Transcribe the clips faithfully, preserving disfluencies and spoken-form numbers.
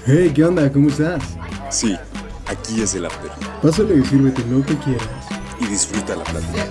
Hey, ¿qué onda? ¿Cómo estás? Sí, aquí es el after. Pásale y sírvete lo que quieras. Y disfruta la plática.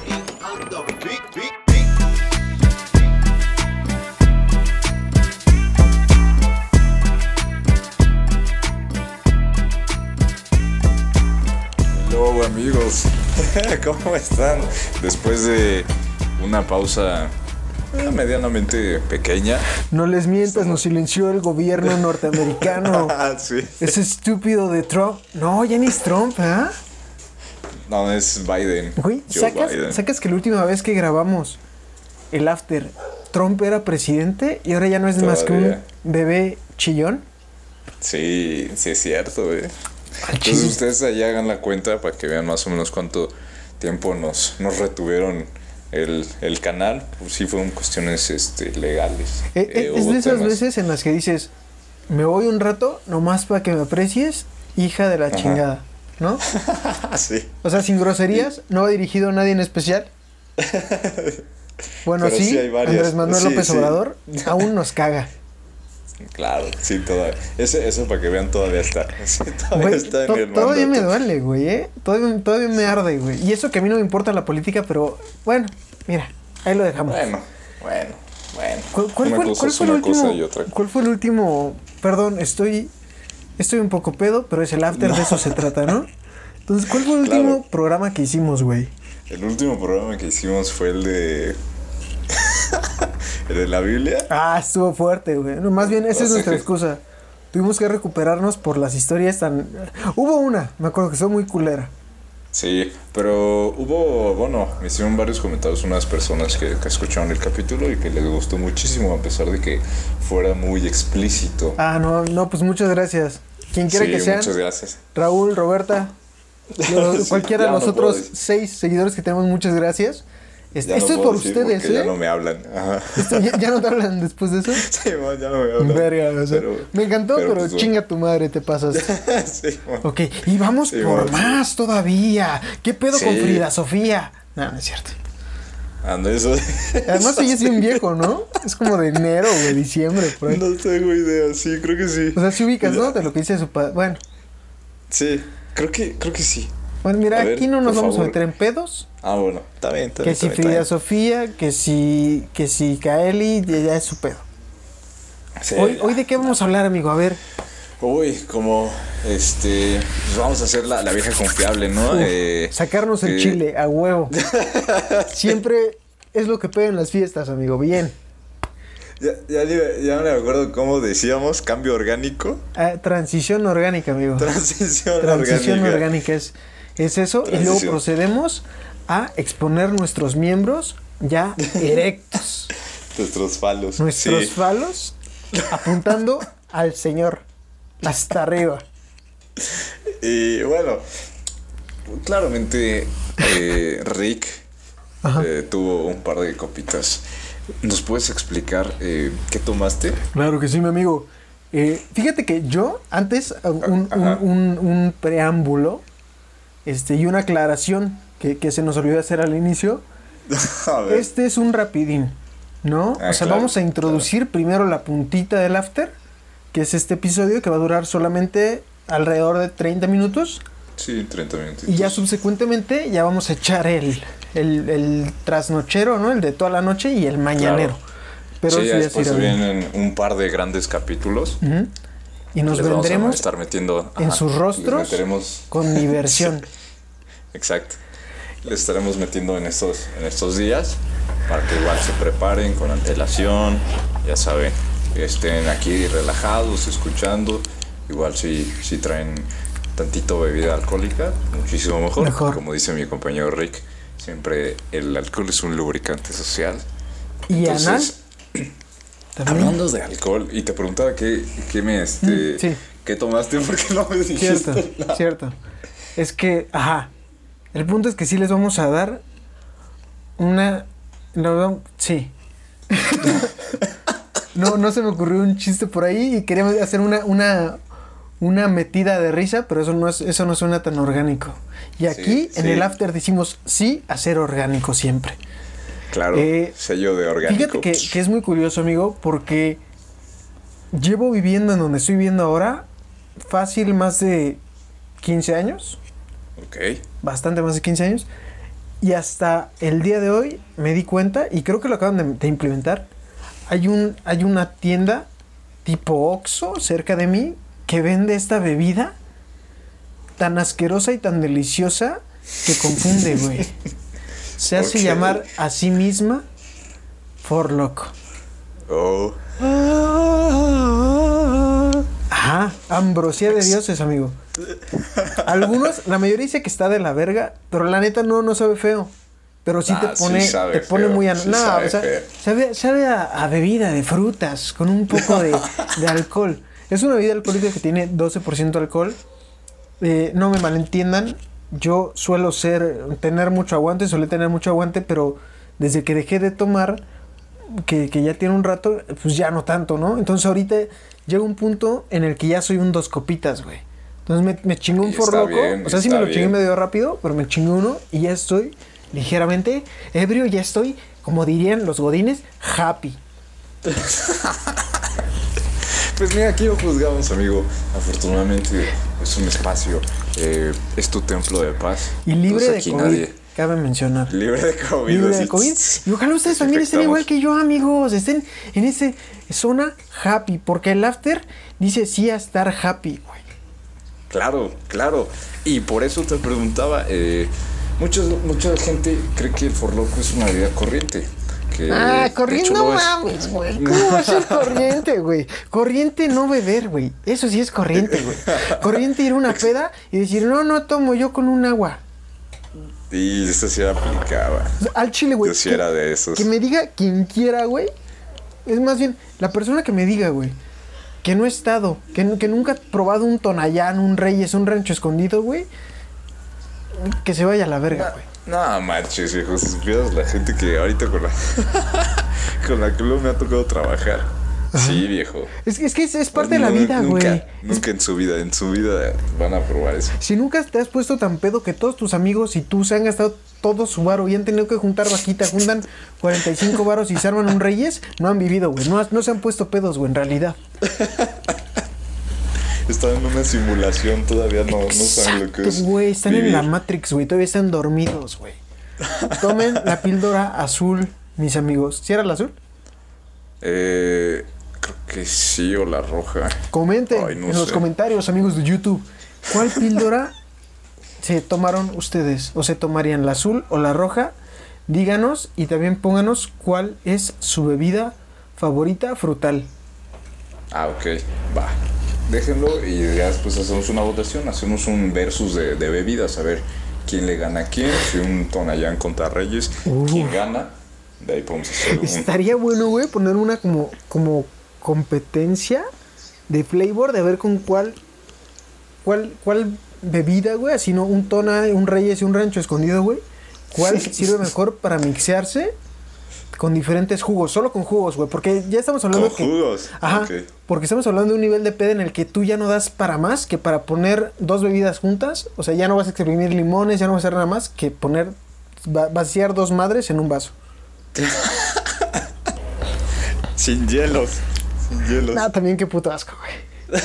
Hello amigos, ¿cómo están? Después de una pausa eh, medianamente pequeña. No les mientas, nos silenció el gobierno norteamericano. Sí. Ese estúpido de Trump. No, ya ni es Trump, ¿ah? ¿eh? No, es Biden. Güey, sacas, Biden. sacas que la última vez que grabamos el after, Trump era presidente y ahora ya no es Todavía. más que un bebé chillón. Sí, sí es cierto, güey. Al Entonces chile. ustedes ahí hagan la cuenta para que vean más o menos cuánto tiempo nos, nos retuvieron el, el canal. Pues sí fueron cuestiones este, legales. Eh, eh, Eh, es hubo de esas temas. veces en las que dices, me voy un rato nomás para que me aprecies, hija de la Ajá. chingada, ¿no? Sí. O sea, sin groserías, no va dirigido a nadie en especial. Bueno, Pero sí, sí hay varias. Andrés Manuel Sí, López sí. Obrador aún nos caga. Claro, sí, todavía. Ese, eso para que vean todavía está. Sí, todavía Güey, está en to- el todavía me mandato. duele, güey, ¿eh? Todavía, todavía me arde, güey. Y eso que a mí no me importa la política, pero bueno, mira, ahí lo dejamos. Bueno, bueno, bueno. ¿Cuál, cuál Una fue, cosa cuál es fue el una cosa y último? otra. ¿Cuál fue el último? Perdón, estoy, estoy un poco pedo, pero es el after, No. de eso se trata, ¿no? Entonces, ¿cuál fue el Claro. último programa que hicimos, güey? El último programa que hicimos fue el de. el de la Biblia. Ah, estuvo fuerte, güey. No, más bien, esa O es sea nuestra que- excusa. Tuvimos que recuperarnos por las historias tan... Hubo una, me acuerdo que fue muy culera. Sí, pero hubo, bueno, me hicieron varios comentarios unas personas que, que escucharon el capítulo y que les gustó muchísimo, a pesar de que fuera muy explícito. Ah, no, no, pues muchas gracias. Quien quiera Sí, que sean, muchas gracias. Raúl, Roberta, lo- Sí, cualquiera ya de los no puedo otros decir. seis seguidores que tenemos, muchas gracias. Este, Ya esto no es puedo por decir ustedes, porque ¿eh? Ya no me hablan. Ajá. Esto- ya, ya no te hablan después de eso. Sí, man, ya no me hablan. Verga, o sea, Pero- me encantó, pero, pues, bueno. chinga tu madre, te pasas. Sí, man. Ok, y vamos Sí, por bueno, sí. más todavía. ¿Qué pedo con Sí. Frida Sofía? No, no es cierto. Ando eso. Además, ella es bien viejo, ¿no? Es como de enero, güey, diciembre, por ahí. No tengo idea, sí, creo que sí. O sea, si ubicas, Ya. ¿no? De lo que dice su padre. Bueno, Sí, creo que, creo que sí. bueno, mira, A ver, aquí no nos por vamos favor. a meter en pedos. Ah, bueno, está bien, está Que bien. si está bien, Frida está Sofía, que si, que si Kaeli, ya, ya es su pedo. bien. Sí. Hoy, hoy, ¿de qué vamos a hablar, amigo? A ver. Uy, como, este, pues vamos a hacer la, la vieja confiable, ¿no? Uf, Eh, sacarnos el que- chile, a huevo. Siempre es lo que pega en las fiestas, amigo. Bien. Ya, ya, ni- ya no me acuerdo cómo decíamos, cambio orgánico, Ah, transición orgánica, amigo. transición, Transición orgánica. orgánica es, es eso. Y luego Transición. procedemos a exponer nuestros miembros ya erectos. Nuestros falos. Nuestros Sí. falos apuntando al Señor. Hasta arriba. Y bueno, claramente eh, Rick Ajá. eh, tuvo un par de copitas. ¿Nos puedes explicar eh, qué tomaste? Claro que sí, mi amigo. Eh, fíjate que yo, antes, un, un- Ajá. un- un preámbulo este, y una aclaración que, que se nos olvidó hacer al inicio. A ver. Este es un rapidín, ¿no? Ah, o sea, claro, vamos a introducir primero la puntita del after, que es este episodio que va a durar solamente alrededor de treinta minutos. Sí, treinta minutos. Y ya subsecuentemente ya vamos a echar el, el, el trasnochero, ¿no? El de toda la noche y el mañanero. Pero sí, eso ya ya después será se bien. vienen un par de grandes capítulos. Ujú. Y nos Les vamos a vendremos estar metiendo en ajá, sus les rostros meteremos- con diversión. Exacto. Les estaremos metiendo en estos, en estos días para que igual se preparen con antelación, ya saben, que estén aquí relajados, escuchando. Igual si, si traen tantito bebida alcohólica, muchísimo mejor. Mejor. Como dice mi compañero Rick, siempre el alcohol es un lubricante social. Y anal Entonces, también. hablando de alcohol, y te preguntaba qué, qué me este, Mm, sí. qué tomaste porque no me dijiste. Cierto, nada. cierto. Es que, ajá. El punto es que sí les vamos a dar una. No, sí. no, no se me ocurrió un chiste por ahí y queríamos hacer una, una, una metida de risa, pero eso no es, eso no suena tan orgánico. Y aquí Sí, en sí. el after decimos sí a ser orgánico siempre. Claro, Eh, sello de orgánico. Fíjate que, que es muy curioso, amigo, porque llevo viviendo en donde estoy viviendo ahora fácil más de quince años. Ok. Bastante más de quince años. Y hasta el día de hoy me di cuenta, y creo que lo acaban de, de implementar, hay, un, hay una tienda tipo Oxxo cerca de mí que vende esta bebida tan asquerosa y tan deliciosa que confunde, güey. Se hace Ok. llamar a sí misma For Loco. Oh. Ajá, ambrosía de dioses, amigo. Algunos, la mayoría dice que está de la verga, pero la neta no, no sabe feo. Pero sí Ah, te pone, sí sabe te pone feo, muy... An- sí no, sabe o sea, feo. sabe, sabe a, a bebida de frutas con un poco de, de alcohol. Es una bebida alcohólica que tiene doce por ciento alcohol. Eh, no me malentiendan, yo suelo ser, tener mucho aguante, suele tener mucho aguante, pero desde que dejé de tomar, que, que ya tiene un rato, pues ya no tanto, ¿no? Entonces ahorita llega un punto en el que ya soy un dos copitas, güey. Entonces me, me chingó un Y For está Loco, bien, o sea, sí está me lo chingué bien. medio rápido, pero me chingué uno y ya estoy ligeramente ebrio, ya estoy, como dirían los godines, happy. Pues mira, aquí no juzgamos, amigo. Afortunadamente es un espacio, eh, es tu templo de paz. Y libre Entonces, de aquí COVID, nadie- cabe mencionar. Libre de COVID. Libre así, de COVID. Y ojalá ustedes nos también estén infectamos. igual que yo, amigos. Estén en esa zona happy. Porque el after dice sí a estar happy, güey. Claro, claro. Y por eso te preguntaba, eh, muchos, mucha gente cree que el For Loco es una bebida corriente. Que Ah, de corriente hecho no lo es. mames, güey. ¿Cómo va a ser corriente, güey? Corriente no beber, güey. Eso sí es corriente, güey. Corriente ir a una peda y decir, no, no tomo yo con un agua. Y eso sí aplicaba. O sea, al chile, güey. Yo sí que- era de esos. Que me diga quien quiera, güey. Es más bien, la persona que me diga, güey, que no he estado, que, nu- que nunca ha probado un Tonayán, un Reyes, un Rancho Escondido, güey, que se vaya a la verga, güey. No manches, viejo, si supieras la gente que ahorita con la con la que luego me ha tocado trabajar. Sí, viejo. Es, que- es que es, es parte de la Nu- vida, güey. Nunca, nunca en su vida, en su vida van a probar eso. Si nunca te has puesto tan pedo que todos tus amigos y tú se han gastado todo su varo y han tenido que juntar vaquita, juntan cuarenta y cinco varos y se arman un Reyes, no han vivido, güey. No, has- no se han puesto pedos, güey, en realidad. Están en una simulación, todavía no, no saben lo que Exacto, es. güey. Están en vivir. la Matrix, güey. Todavía están dormidos, güey. Tomen la píldora azul, mis amigos. ¿Sí era la azul? Eh, creo que sí, o la roja. Comenten Ay, no en los sé. comentarios, amigos de YouTube. ¿Cuál píldora se tomaron ustedes? ¿O se tomarían la azul o la roja? Díganos y también pónganos cuál es su bebida favorita frutal. Ah, ok, va. Déjenlo y ya después hacemos una votación, hacemos un versus de, de bebidas, a ver quién le gana a quién, si un Tonayán contra Reyes, Uh. quién gana. De ahí podemos hacer un... Estaría bueno, güey, poner una como, como competencia de flavor, de ver con cuál, cuál, cuál bebida, güey, así no, un Tona, un Reyes y un Rancho Escondido, güey. ¿Cuál sirve mejor para mixearse con diferentes jugos? Solo con jugos, güey, porque ya estamos hablando Con que... jugos. Ajá, Ok. porque estamos hablando de un nivel de peda en el que tú ya no das para más que para poner dos bebidas juntas. O sea, ya no vas a exprimir limones, ya no vas a hacer nada más que poner, va- vaciar dos madres en un vaso. Sin hielos. Sin hielos. Nada, también qué puto asco, güey.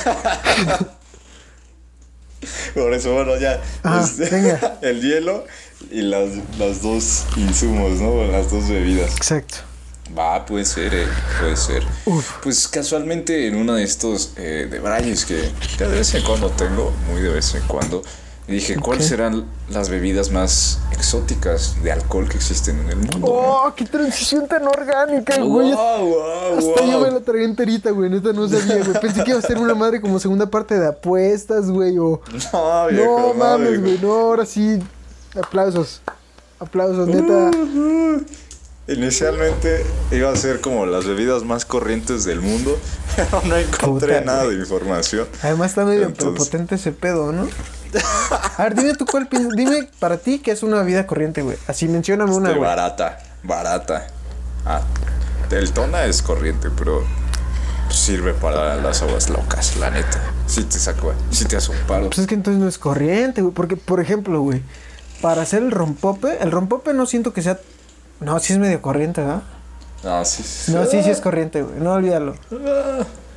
Por eso, bueno, ya. Ajá, este, venga. El hielo y las, las dos insumos, ¿no? Las dos bebidas. Exacto. Va, puede ser, eh, puede ser. Uf. Pues casualmente en uno de estos eh, de Brayes que, que de vez en cuando tengo, muy de vez en cuando, dije, ¿cuáles Ok. serán las bebidas más exóticas de alcohol que existen en el mundo? ¡Oh, qué transición tan orgánica, güey! Wow, wow, Hasta yo wow. me la tragué enterita, güey. Neta, no sabía, güey. Pensé que iba a ser una madre como segunda parte de apuestas, güey. O... No, viejo, No mames, viejo. güey. No, ahora sí. Aplausos. Aplausos, neta. Inicialmente iba a ser como las bebidas más corrientes del mundo, pero no encontré Puta, nada güey. de información. Además está medio Entonces- prepotente ese pedo, ¿no? A ver, dime tú cuál pi- dime para ti qué es una bebida corriente, güey. Así mencióname una, Este, güey. barata, barata. Ah, el tona es corriente, pero sirve para las aguas locas, la neta. Sí te saco, sí te hace un paro. Pues es que entonces no es corriente, güey. Porque, por ejemplo, güey, para hacer el rompope, el rompope no siento que sea. No, sí es medio corriente, ¿verdad? No, sí, sí. No, sí, sí es corriente, güey. No olvídalo.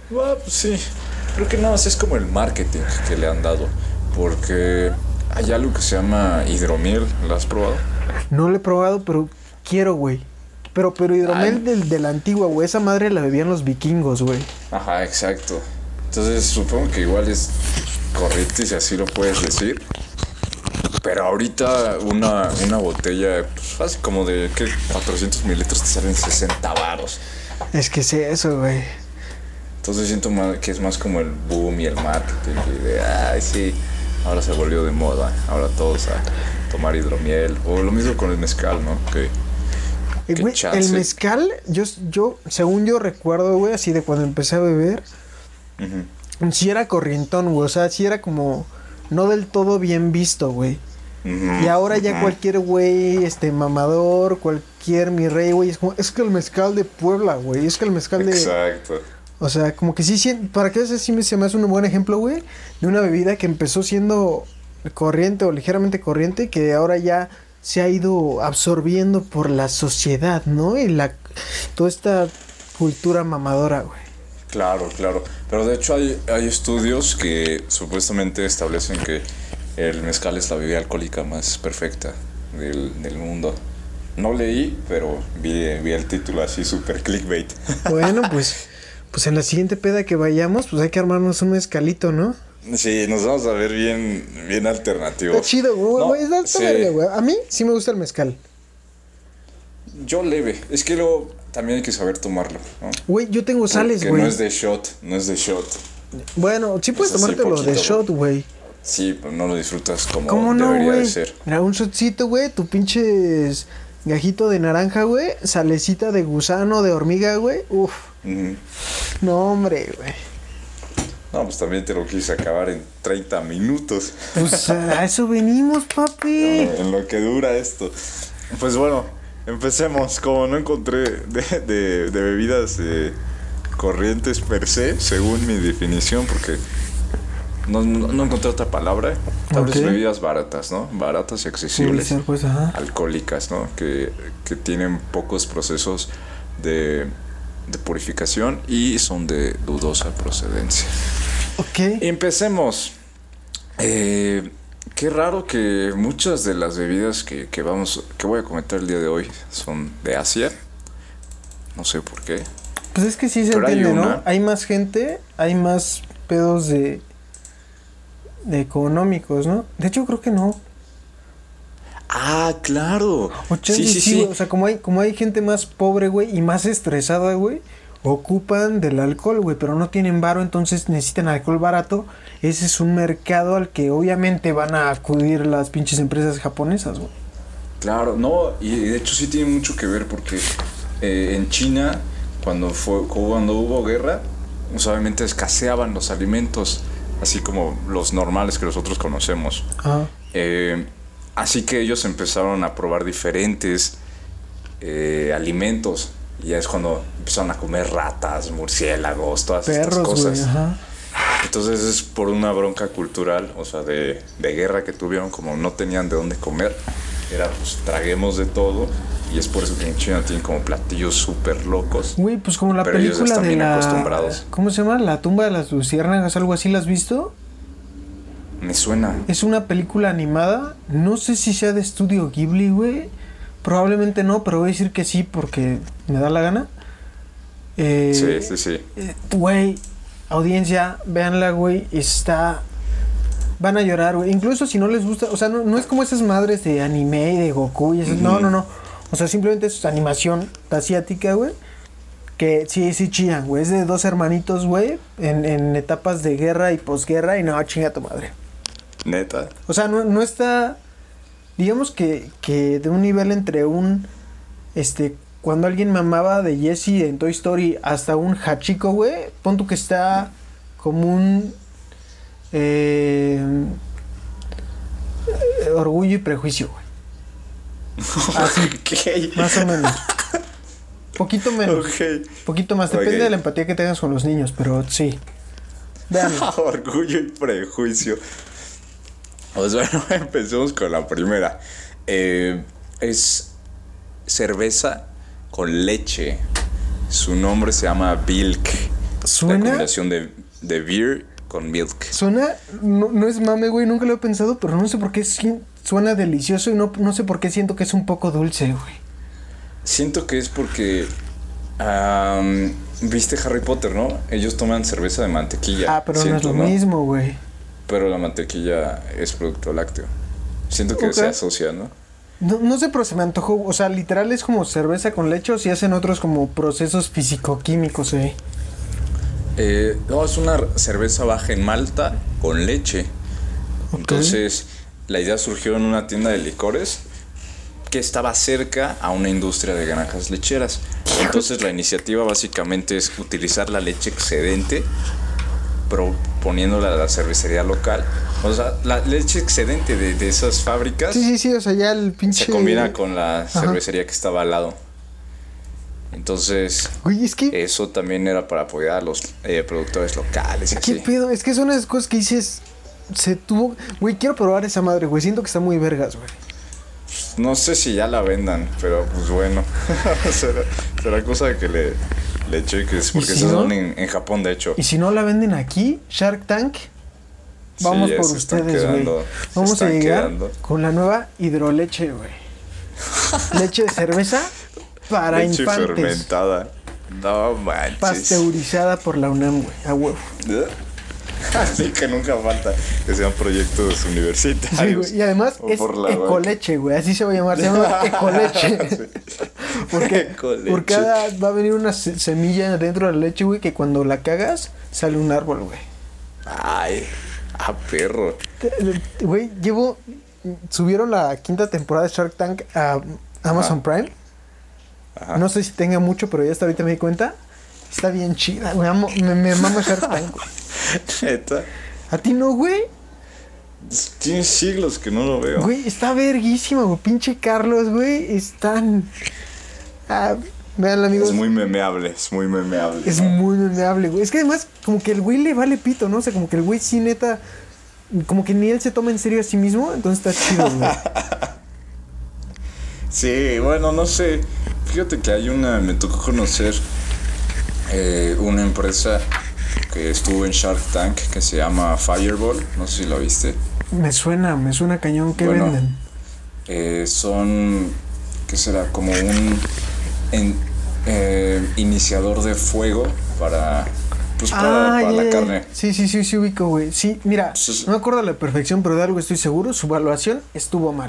Ah, pues sí. Creo que nada más es como el marketing que le han dado. Porque hay algo que se llama hidromiel. ¿Lo has probado? No lo he probado, pero quiero, güey. Pero, pero hidromiel del, de la antigua, güey. Esa madre la bebían los vikingos, güey. Ajá, exacto. Entonces supongo que igual es correcto, si así lo puedes decir. Pero ahorita una, una botella, pues así como de, ¿qué? cuatrocientos mililitros te salen sesenta varos. Es que es eso, güey. Entonces siento más, que es más como el boom y el marketing. Y de, ay, sí, ahora se volvió de moda. Ahora todos a tomar hidromiel. O lo mismo con el mezcal, ¿no? Que, Eh, que güey, chance. el mezcal, yo, yo, según yo recuerdo, güey, así de cuando empecé a beber, Ujú. sí era corrientón, güey. O sea, sí era como no del todo bien visto, güey. Ujú, Y ahora ya ujú. cualquier güey, este, mamador, cualquier mi rey, güey, es como, es que el mezcal de Puebla, güey, es que el mezcal de... Exacto. O sea, como que sí, sí, para que veas, sí me- se me hace un buen ejemplo, güey, de una bebida que empezó siendo corriente o ligeramente corriente, que ahora ya se ha ido absorbiendo por la sociedad, ¿no? Y la, toda esta cultura mamadora, güey. Claro, claro. Pero de hecho hay, hay estudios que supuestamente establecen que el mezcal es la bebida alcohólica más perfecta del, del mundo. No leí, pero vi, vi el título así súper clickbait. Bueno, pues, pues en la siguiente peda que vayamos, pues hay que armarnos un mezcalito, ¿no? Sí, nos vamos a ver bien, bien alternativos. Está chido, güey, No, güey, está, está sí. verga, güey. A mí sí me gusta el mezcal. Yo leve. Es que luego también hay que saber tomarlo, ¿no? Güey, yo tengo sales, Que güey. no es de shot, no es de shot. Bueno, sí puedes Es así tomártelo de poquito, shot, güey. Sí, pero no lo disfrutas como ¿Cómo no, debería de güey? ser. Mira, un shotcito, güey, tu pinche gajito de naranja, güey, salecita de gusano, de hormiga, güey. Uf, Ujú. no, hombre, güey. No, pues también te lo quise acabar en treinta minutos. Pues a eso venimos, papi. En lo que dura esto. Pues bueno, empecemos. Como no encontré de, de, de bebidas eh, corrientes per se, según mi definición, porque no, no, no encontré otra palabra. Tal vez Ok. bebidas baratas, ¿no? Baratas y accesibles. Puede ser, pues, ajá. Alcohólicas, ¿no? Que, que tienen pocos procesos de, de purificación y son de dudosa procedencia. Ok. Empecemos. Eh, qué raro que muchas de las bebidas que, que vamos que voy a comentar el día de hoy son de Asia. No sé por qué. Pues es que sí se Pero hay entiende, ¿no? una- Hay más gente, hay más pedos de, de económicos, ¿no? De hecho, creo que no. Ah, claro. O chance Sí, sí, sí, sí. güey. O sea, como hay, como hay gente más pobre, güey, y más estresada, güey, ocupan del alcohol, güey, pero no tienen varo, entonces necesitan alcohol barato. Ese es un mercado al que obviamente van a acudir las pinches empresas japonesas, güey. Claro, no, y de hecho sí tiene mucho que ver porque eh, en China, cuando fue cuando hubo guerra, pues, obviamente escaseaban los alimentos, así como los normales que nosotros conocemos. Ajá. Eh, así que ellos empezaron a probar diferentes eh, alimentos. Y ya es cuando empezaron a comer ratas, murciélagos, todas estas Perros, cosas. güey, ajá. Entonces es por una bronca cultural, o sea, de, de guerra que tuvieron, como no tenían de dónde comer. Era pues traguemos de todo. Y es por eso que en China tienen como platillos súper locos. Güey, pues como la Pero ellos película están de bien la... acostumbrados. ¿Cómo se llama? La tumba de las luciérnagas, algo así, ¿la has visto? Me suena. Es una película animada. No sé si sea de estudio Ghibli, güey. Probablemente no, pero voy a decir que sí porque me da la gana. Eh, Sí, sí, sí. eh, Güey, audiencia, véanla, güey. Está... Van a llorar, güey. Incluso si no les gusta... O sea, no, no es como esas madres de anime y de Goku y esas... No, no, no. O sea, simplemente es animación asiática, güey. Que sí, sí chillan, güey. Es de dos hermanitos, güey. En, en etapas de guerra y posguerra. Y no, chinga tu madre. Neta. O sea, no, no está... Digamos que, que de un nivel entre un... Este... Cuando alguien mamaba de Jesse en Toy Story hasta un Hachiko, güey. Pon tú que está como un... Eh, eh, orgullo y prejuicio, güey. Así, Ok. más o menos. Poquito menos. Ok. Poquito más. Depende Ok. de la empatía que tengas con los niños, pero sí. Veanlo. Orgullo y prejuicio. Pues bueno, empecemos con la primera. Eh, es cerveza con leche. Su nombre se llama Bilk. Suena... La combinación de, de beer con milk. Suena... No, no es mame, güey, nunca lo he pensado, pero no sé por qué si- suena delicioso y no, no sé por qué siento que es un poco dulce, güey. Siento que es porque... Um, Viste Harry Potter, ¿no? Ellos toman cerveza de mantequilla. Ah, pero siento, no es lo mismo, güey. Pero la mantequilla es producto lácteo. Siento que Ok. se asocia, ¿no? No, no sé, pero se me antojó. O sea, literal es como cerveza con leche o si hacen otros como procesos físico-químicos, güey. Eh, no, es una cerveza baja en malta con leche. Ok. Entonces, la idea surgió en una tienda de licores que estaba cerca a una industria de granjas lecheras. Entonces, la iniciativa básicamente es utilizar la leche excedente, proponiéndola a la cervecería local. O sea, la leche excedente de, de esas fábricas Sí, sí, sí, o sea, ya el pinche... se combina con la Ajá. cervecería que estaba al lado. Entonces, Güey, es que... eso también era para apoyar a los eh, productores locales y ¿Qué así. pedo? Es que son esas cosas que dices... Se tuvo... Güey, quiero probar esa madre, güey. Siento que está muy vergas, güey. No sé si ya la vendan, pero pues bueno. será, será cosa de que le, le cheques. Porque si se no? son en, en Japón, de hecho. Y si no la venden aquí, Shark Tank, vamos Sí, por se están ustedes, güey. quedando, se Vamos a están llegar quedando. con la nueva hidroleche, güey. Leche de cerveza para Leche infantes. fermentada. No manches. Pasteurizada por la UNAM, güey. A huevo. Así que nunca falta que sean proyectos universitarios. Sí, güey. Y además o es por la ecoleche, güey. Así se va a llamar. Se llama ecoleche. Porque Ecoleche. por cada va a venir una se- semilla dentro de la leche, güey, que cuando la cagas sale un árbol, güey. Ay, ah, perro. Te- Güey, llevo subieron la quinta temporada de Shark Tank a Amazon Ajá. Prime. Ajá. No sé si tenga mucho, pero ya hasta ahorita me di cuenta. Está bien chida, güey. amo- Me, me mama Shark Tank, güey. Neta. ¿A ti no, güey? Tiene siglos que no lo veo. Güey, está verguísima, güey. Pinche Carlos, güey. Están... Ah, vean, amigos. Es muy memeable, es muy memeable. Es ¿no? muy memeable, güey. Es que además, como que el güey le vale pito, ¿no? O sea, como que el güey sí, neta... Como que ni él se toma en serio a sí mismo. Entonces está chido, güey. Sí, bueno, no sé. Fíjate que hay una, me tocó conocer eh, una empresa que estuvo en Shark Tank que se llama Fireball. No sé si lo viste. Me suena, me suena cañón que Bueno. venden. Eh, son, ¿qué será? Como un en- eh, iniciador de fuego para, pues para, para ya, la ya. carne. Sí, sí, sí, sí ubico, güey. Sí, mira, Pues es- no me acuerdo a la perfección, pero de algo estoy seguro. Su evaluación estuvo mal.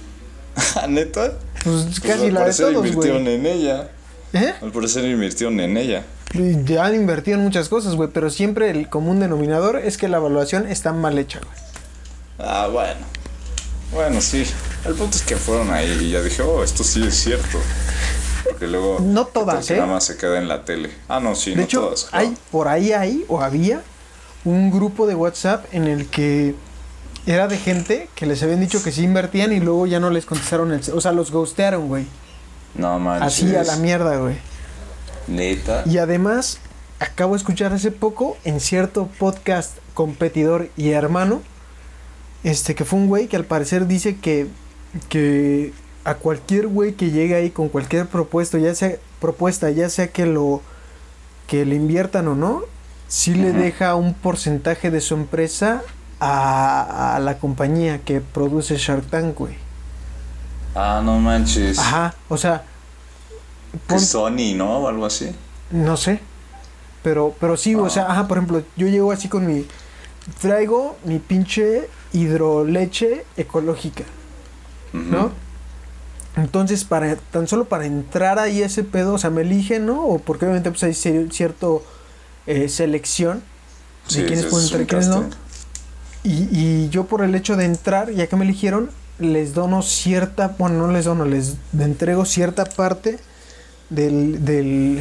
¿Neta? Pues, Pues casi al la de parecer todos, invirtieron güey. en ella. ¿Eh? Al parecer invirtieron en ella. Y ya han invertido en muchas cosas, güey, pero siempre el común denominador es que la evaluación está mal hecha, güey. Ah, bueno. Bueno, sí. El punto es que fueron ahí y ya dije, oh, esto sí es cierto. Porque luego... No ¿qué tal todas, que ¿eh? Nada más se queda en la tele. Ah, no, sí, De no hecho, todas. claro. hay por ahí hay o había un grupo de WhatsApp en el que era de gente que les habían dicho que sí invertían y luego ya no les contestaron el... O sea, los ghostearon, güey. No manches. Así a la mierda, güey. Neta. Y además, acabo de escuchar hace poco en cierto podcast competidor y hermano, este que fue un güey que al parecer dice que, que a cualquier güey que llegue ahí con cualquier propuesto, ya sea propuesta, ya sea que lo que le inviertan o no, sí le Ujú. deja un porcentaje de su empresa a, a la compañía que produce Shark Tank, güey. Ah, no manches. Ajá, o sea, Que pon- Sony, ¿no? O algo así. no sé. Pero, pero sí, o Ah. sea, ajá, por ejemplo, yo llego así con mi. Traigo mi pinche hidroleche ecológica, Ujú. ¿no? Entonces, para tan solo para entrar ahí a ese pedo, o sea, me eligen, ¿no? O porque obviamente pues hay cier- cierto eh, selección de Sí, quiénes sí, pueden es un entrar y quiénes no. casting. Y, y yo por el hecho de entrar, ya que me eligieron, les dono cierta, bueno, no les dono, les entrego cierta parte del, del,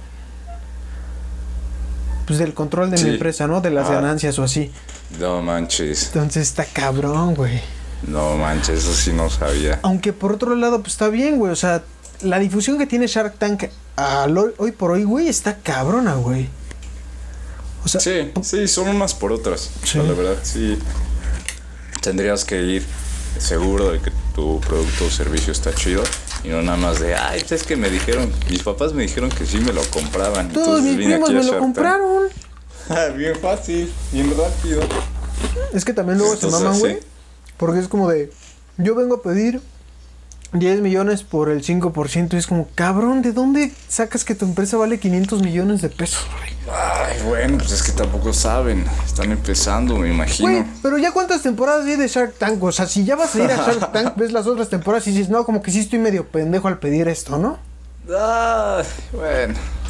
pues del control de Sí. mi empresa, ¿no? De las Ah. ganancias o así. No manches. Entonces está cabrón, güey. No manches, eso sí no sabía. Aunque por otro lado, pues está bien, güey. O sea, la difusión que tiene Shark Tank al hoy, hoy por hoy, güey, está cabrona, güey. O sea, Sí, sí, son unas por otras. O sea, Sí. la verdad, sí. Tendrías que ir seguro de que tu producto o servicio está chido. Y no nada más de, ay, es que me dijeron, mis papás me dijeron que sí me lo compraban. Todos mis vine primos aquí a me lo Shark Tank. compraron. Bien fácil, bien rápido. Es que también luego Entonces, se maman, güey. sí. Porque es como de, yo vengo a pedir diez millones por el cinco por ciento. Y es como, cabrón, ¿de dónde sacas que tu empresa vale quinientos millones de pesos, güey? Ay, bueno, pues es que tampoco saben. Están empezando, me imagino. Güey, pero ya cuántas temporadas hay de Shark Tank. O sea, si ya vas a ir a Shark Tank, ves las otras temporadas y dices, no, como que sí estoy medio pendejo al pedir esto, ¿no? Ay, bueno.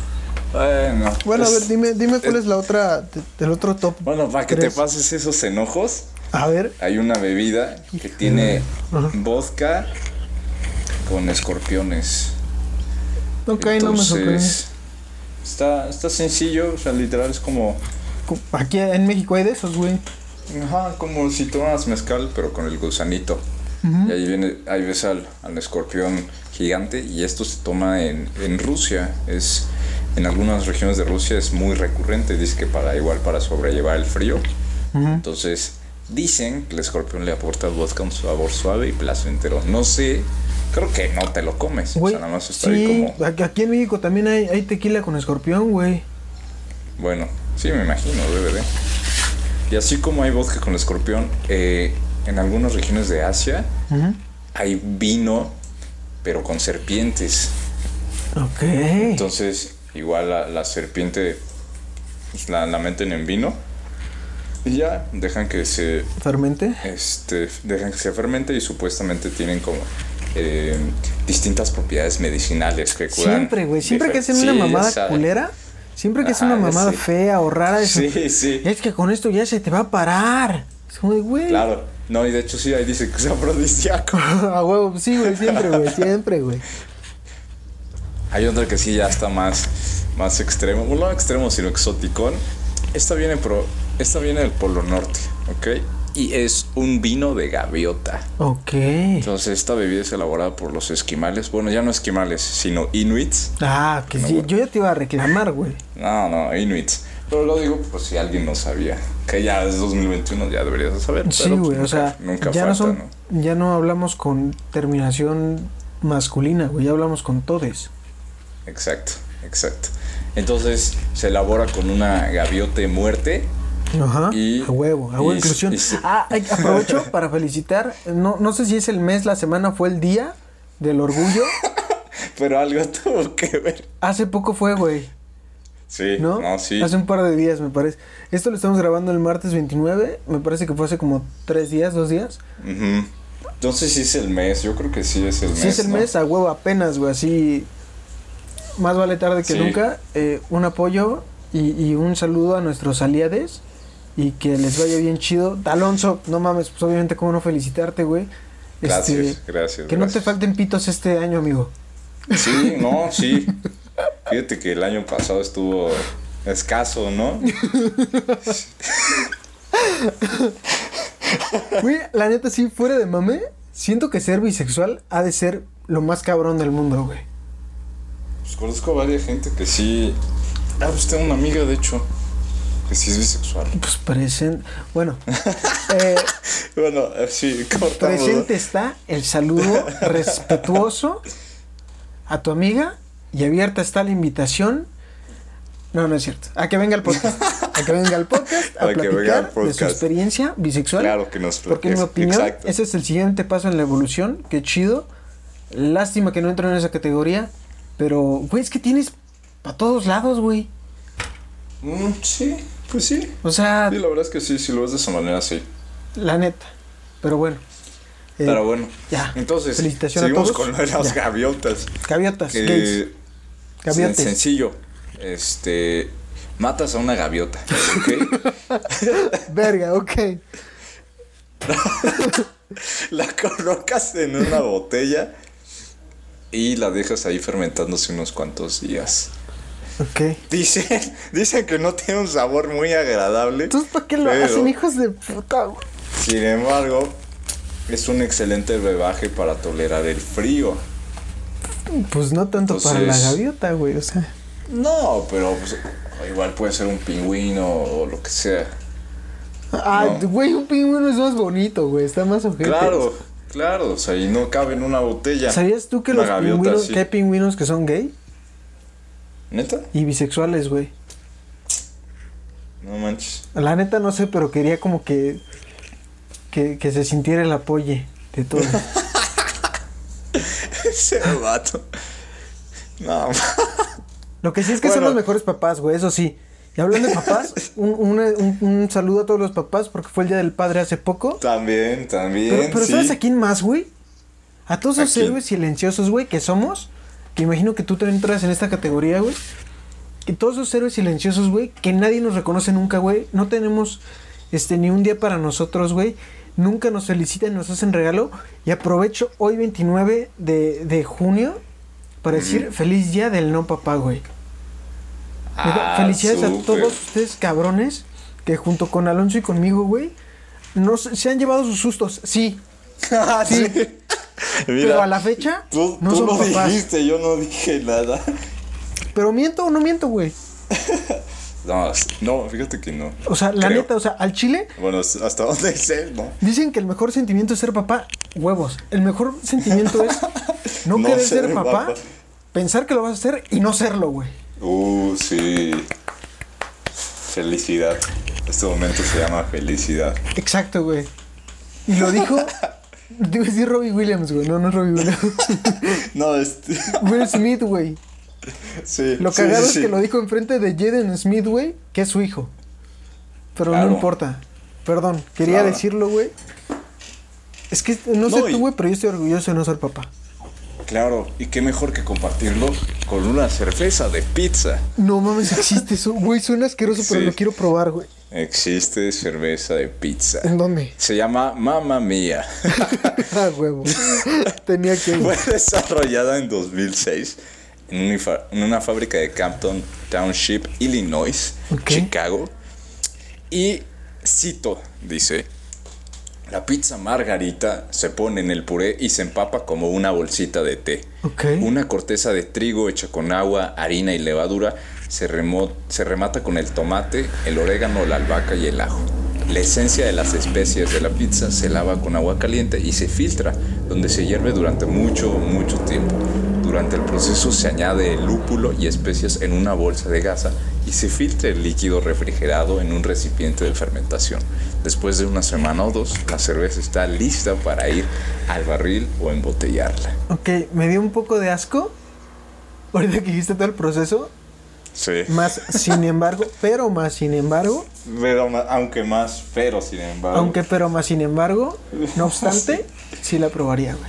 Bueno. Bueno, a pues, ver, dime, dime cuál eh, es la otra, de- del otro top. Bueno, para que tres. te pases esos enojos, A ver, hay una bebida que tiene Ajá. vodka con escorpiones. ok, no me sorprende. Entonces, está, está sencillo, o sea, literal es como, Aquí en México hay de esos, güey. ajá, como si tomas mezcal, pero con el gusanito. Y ahí viene, ahí ves al, al escorpión gigante y esto se toma en, en Rusia. Es, en algunas regiones de Rusia es muy recurrente, dice que para igual para sobrellevar el frío. Ujú. Entonces dicen que el escorpión le aporta al vodka un sabor suave y placentero. No sé, creo que no te lo comes. Güey, o sea, nada más está sí, ahí como, aquí- aquí en México también hay, hay tequila con escorpión, güey. bueno, sí me imagino, debe de. Y así como hay vodka con escorpión, eh, en algunas regiones de Asia Ujú. hay vino, pero con serpientes. Ok. Entonces, igual la, la serpiente pues, la, la meten en vino y ya dejan que se ¿Fermente? este dejan que se fermente y supuestamente tienen como eh, distintas propiedades medicinales que curan. Siempre, güey. Siempre que difer- hacen una Sí, mamada o sea, culera, siempre que hacen Ajá, una ya mamada sé. fea o rara, es, Sí, sí. es que con esto ya se te va a parar. Es como de, güey. Claro. No, y de hecho sí, ahí dice que es afrodisíaco. A huevo, sí, güey, siempre, güey, siempre, güey. Hay otra que sí ya está más, más extremo. Bueno, no extremo, sino exoticón. Esta viene, pro, esta viene del Polo Norte, ¿ok? Y es un vino de gaviota. Ok. Entonces, esta bebida es elaborada por los esquimales. Bueno, ya no esquimales, sino inuits. Ah, que No, sí, güey. yo ya te iba a reclamar, güey. No, no, inuits. Pero lo digo por si alguien no sabía. Que ya es dos mil veintiuno, ya deberías de saber. Sí, pero, pues, güey, o nunca- sea, nunca ya, no falta, son, ¿no? ya no hablamos con terminación masculina, güey, ya hablamos con todes. Exacto, exacto. Entonces, se elabora con una gaviote muerte. Ajá, Y- a huevo, a huevo, y- inclusión. y se- Ah, ay, aprovecho para felicitar, no, no sé si es el mes, la semana, fue el día del orgullo. Pero algo tuvo que ver. Hace poco fue, güey, Sí, ¿no? no, sí. Hace un par de días, me parece. Esto lo estamos grabando el martes veintinueve, me parece que fue hace como tres días, dos días. Ujú. Entonces sí es el mes, yo creo que sí es el mes. Si es el ¿no? mes, a huevo, apenas, güey, así. Más vale tarde que Sí. nunca. Eh, un apoyo y, y un saludo a nuestros aliados. Y que les vaya bien chido. Alonso, no mames, pues obviamente, cómo no felicitarte, güey. Gracias, Este, gracias. que no te gracias. falten pitos este año, amigo. Sí, no, sí. Fíjate que el año pasado estuvo escaso, ¿no? Güey, la neta, sí, fuera de mame, siento que ser bisexual ha de ser lo más cabrón del mundo, güey. Pues conozco a varias gente que sí. Ah, pues tengo una amiga, de hecho, que sí es bisexual. Pues presente. Bueno, eh, Bueno, eh, sí, cortamos. ¿no? presente está el saludo respetuoso a tu amiga y abierta está la invitación. No, no es cierto. A que venga el podcast. A que venga el podcast a A que venga el platicar de su podcast. experiencia bisexual. Claro que nos Porque en mi es- opinión, exacto. ese es el siguiente paso en la evolución. Qué chido. Lástima que no entro en esa categoría. Pero, güey, es que tienes para todos lados, güey. Mm, sí, pues sí. O sea, Sí, la verdad es que sí, si lo ves de esa manera, sí. la neta. Pero bueno. Eh, Pero bueno, ya. entonces, Felicitación a seguimos todos. con lo de las Ya. gaviotas. Gaviotas, gays. Que Gaviotes. sencillo. Este, matas a una gaviota, ¿ok? Verga, ok. La colocas en una botella y la dejas ahí fermentándose unos cuantos días. Ok. Dicen, dicen que no tiene un sabor muy agradable. Entonces, ¿para qué lo pero, hacen, hijos de puta, güey? Sin embargo, es un excelente brebaje para tolerar el frío. Pues no tanto para la Entonces- gaviota, güey, o sea. No, pero pues, igual puede ser un pingüino o lo que sea. Ah, No. güey, un pingüino es más bonito, güey, está más ojete. Claro, Claro, o sea, y no cabe en una botella. ¿Sabías tú que Una los gaviota, pingüinos, sí. que hay pingüinos que son gay ¿Neta? y bisexuales, güey? No manches. La neta no sé, pero quería como que que, que se sintiera el apoyo de todos. Ese vato. No, Lo que sí es que son Bueno. los mejores papás, güey, eso sí. Y hablando de papás, un, un, un, un saludo a todos los papás porque fue el Día del Padre hace poco. también, también. Pero, pero sí. ¿sabes a quién más, güey? A todos ¿A esos quién? héroes silenciosos, güey, que somos. Que imagino que tú también entras en esta categoría, güey. Que todos esos héroes silenciosos, güey, que nadie nos reconoce nunca, güey. No tenemos este ni un día para nosotros, güey. Nunca nos felicitan, nos hacen regalo. Y aprovecho hoy veintinueve de, de junio para decir Ujú. feliz día del no papá, güey. Neta, Ah, felicidades a súper. todos ustedes cabrones que junto con Alonso y conmigo, güey, no se, se han llevado sus sustos, sí, Ah, sí. Mira, pero a la fecha tú, no tú son lo papás. dijiste, yo no dije nada. Pero miento o no miento, güey. No, no, fíjate que no. O sea, la Creo. neta, o sea, al chile Bueno, hasta donde sé, ¿no? dicen que el mejor sentimiento es ser papá, huevos. El mejor sentimiento es no, No querer ser ser papá, papá. pensar que lo vas a hacer y no serlo, güey. Uh, sí. Felicidad. Este momento se llama felicidad. Exacto, güey. Y lo dijo, te iba a decir Robbie Williams, güey. No, no es Robbie Williams. No, este. Will Smith, güey. Sí. Lo sí, cagado sí, es sí. que lo dijo enfrente de Jaden Smith, güey, que es su hijo. Pero Claro. no importa. Perdón, quería Claro. decirlo, güey. Es que no sé No, y- tú, güey, pero yo estoy orgulloso de no ser papá. Claro, y qué mejor que compartirlo con una cerveza de pizza. No mames, existe eso. Güey, suena asqueroso, pero Sí. lo quiero probar, güey. Existe cerveza de pizza. ¿En dónde? Se llama Mamma Mía. Ah, huevo. Tenía que... Fue desarrollada en dos mil seis en una, fa- en una fábrica de Campton Township, Illinois, Ok. Chicago. Y cito, dice, la pizza margarita se pone en el puré y se empapa como una bolsita de té. Ok. Una corteza de trigo hecha con agua, harina y levadura se, remo- se remata con el tomate, el orégano, la albahaca y el ajo. La esencia de las especies de la pizza se lava con agua caliente y se filtra, donde se hierve durante mucho, mucho tiempo. Durante el proceso se añade el lúpulo y especias en una bolsa de gasa y se filtra el líquido refrigerado en un recipiente de fermentación. Después de una semana o dos, la cerveza está lista para ir al barril o embotellarla. Ok, me dio un poco de asco. Ahorita que hiciste todo el proceso. Sí. Más sin embargo, pero más sin embargo. Pero, ma- aunque más, pero sin embargo. Aunque pero más sin embargo. No obstante, sí la probaría, güey.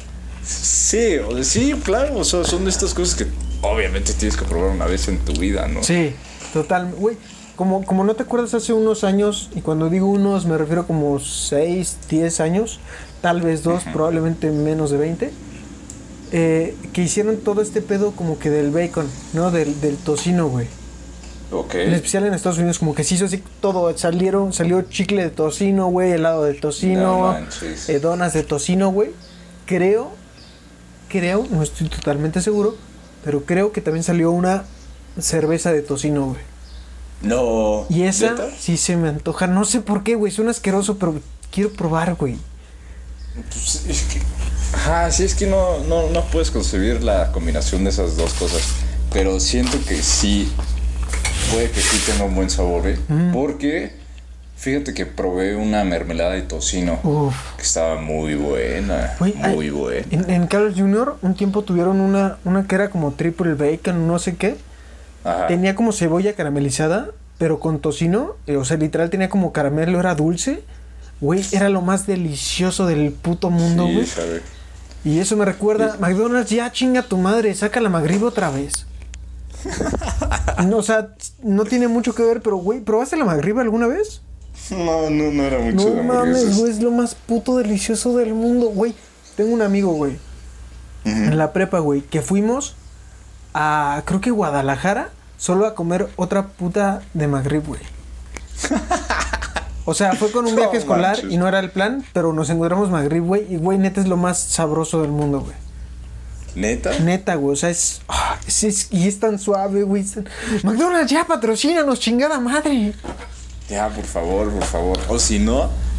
Sí, o- sí, claro. O sea, son de estas cosas que obviamente tienes que probar una vez en tu vida, ¿no? Sí, total, güey. Como, como no te acuerdas hace unos años, y cuando digo unos me refiero como seis, diez años, tal vez dos, probablemente menos de veinte, eh, que hicieron todo este pedo como que del bacon, ¿no? Del, del tocino, güey. Ok. En especial en Estados Unidos, como que se hizo así todo. Salieron, salió chicle de tocino, güey, helado de No tocino, manches. eh, donas de tocino, güey. Creo, creo, no estoy totalmente seguro, pero creo que también salió una cerveza de tocino, güey. No. Y esa ¿Neta? sí se me antoja. No sé por qué, güey. Suena asqueroso, pero quiero probar, güey. Pues es que. Ajá, sí, es que no, no, no puedes concebir la combinación de esas dos cosas. Pero siento que sí. Puede que sí tenga un buen sabor, ¿eh? Porque. Fíjate que probé una mermelada de tocino. Uf. Que estaba muy buena. Güey, muy ay, buena. En, en Carl's junior un tiempo tuvieron una, una que era como triple bacon, no sé qué. Ajá. Tenía como cebolla caramelizada, pero con tocino. eh, O sea, literal tenía como caramelo, era dulce. Güey, era lo más delicioso del puto mundo, güey. Sí, sabe. Y eso me recuerda, McDonald's, ya chinga tu madre, saca la McRib otra vez. No, o sea, no tiene mucho que ver, pero güey, ¿probaste la McRib alguna vez? No, no, no era mucho No de mames, hamburguesas. güey, es lo más puto delicioso del mundo, güey. Tengo un amigo, güey, en la prepa, güey, que fuimos a, creo que Guadalajara, solo a comer otra puta de McRib, güey. O sea, fue con un viaje No escolar manches. y no era el plan, pero nos encontramos McRib, güey, y güey, neta es lo más sabroso del mundo, güey. ¿Neta? Neta, güey, o sea, es, ah, es, es- y es tan suave, güey. es tan- McDonald's, ya patrocínanos, chingada madre. Ya, por favor, por favor. O si no,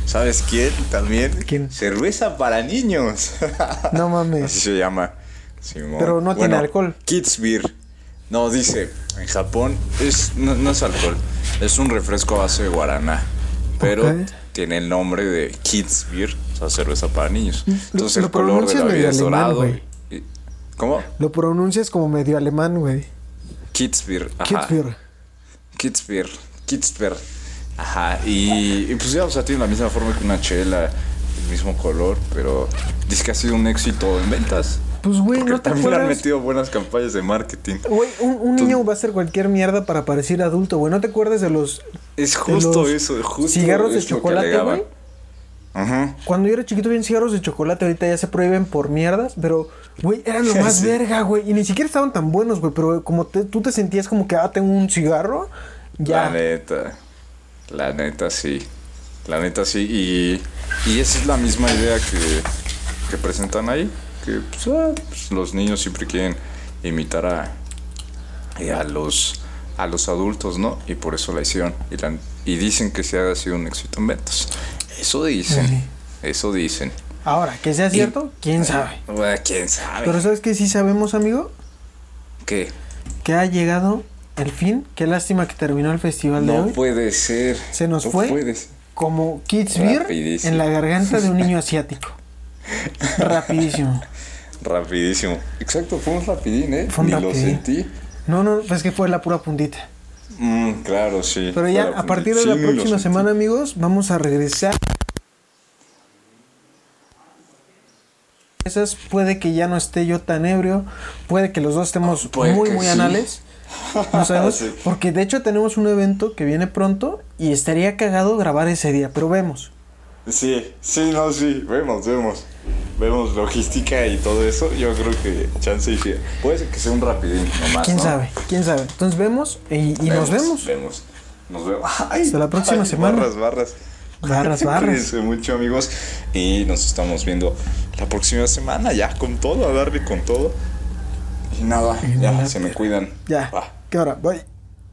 ¿Sabes quién también? ¿Quién? Cerveza para niños. No mames. Así se llama. Simón. Pero no tiene alcohol. Kids Beer. No, dice, en Japón es, no, no es alcohol, es un refresco a base de guaraná. Pero Ok. tiene el nombre de Kids Beer, o sea, cerveza para niños. Entonces lo el color de pronuncias la medio bebida es alemán, dorado. güey. y- ¿Cómo? Lo pronuncias como medio alemán, güey. Kids Beer. Ajá. Kids Beer. Kids Beer. Kids Beer. Ajá. Y, y pues ya, o sea, tiene la misma forma que una chela, el mismo color, pero dice que ha sido un éxito en ventas. Pues, güey, Porque ¿no te también le han acuerdas? metido buenas campañas de marketing. Güey, un, un niño va a hacer cualquier mierda para parecer adulto, güey. ¿No te acuerdas de los Es justo los eso, justo cigarros de es lo que chocolate, alegaban. güey? Ajá. Cuando yo era chiquito, bien cigarros de chocolate, ahorita ya se prohíben por mierdas, pero, güey, eran lo más Sí. verga, güey. Y ni siquiera estaban tan buenos, güey, pero como te- tú te sentías como que, ah, tengo un cigarro, ya. La neta. La neta sí. La neta sí. Y, y esa es la misma idea que, que presentan ahí. Que pues, ah, pues, los niños siempre quieren imitar a, eh, a los a los adultos, ¿no? Y por eso la hicieron. Y, la- y dicen que se ha sido un éxito en ventas. Eso dicen. Sí. Eso dicen. Ahora, que sea cierto, quién sabe. Bueno, quién sabe. Pero ¿sabes qué sí sabemos, amigo? ¿Qué? Que ha llegado el fin. Qué lástima que terminó el festival de No hoy. puede ser. Se nos no fue. puede ser. Como Kids Beer Rapidísimo. en la garganta de un niño asiático. Rapidísimo. Rapidísimo. Exacto, fue un rapidín, ¿eh? Fue un Ni lo rapidín. sentí. No, no, pues que fue la pura puntita. Mm, claro, sí. Pero fue ya la a partir de puntita. la Sí, ni lo próxima sentí. semana, amigos, vamos a regresar. Esas puede que ya no esté yo tan ebrio, puede que los dos estemos Puede muy, que muy sí. anales. No sabemos, Sí. porque de hecho tenemos un evento que viene pronto y estaría cagado grabar ese día, pero vemos. Sí, sí, no, sí. Vemos, vemos. Vemos logística y todo eso. Yo creo que chance y sí. Puede ser que sea un rapidín nomás. ¿Quién ¿no? sabe? ¿Quién sabe? Entonces vemos y, y nos vemos. Vemos. Nos vemos. Ay, Hasta la próxima ay, semana. Barras, barras. Barras, barras. Cuídense mucho, amigos. Y nos estamos viendo la próxima semana ya con todo, a darle con todo. Y nada, Y ya nada. se me cuidan. Ya. Va. ¿Qué hora? Bye.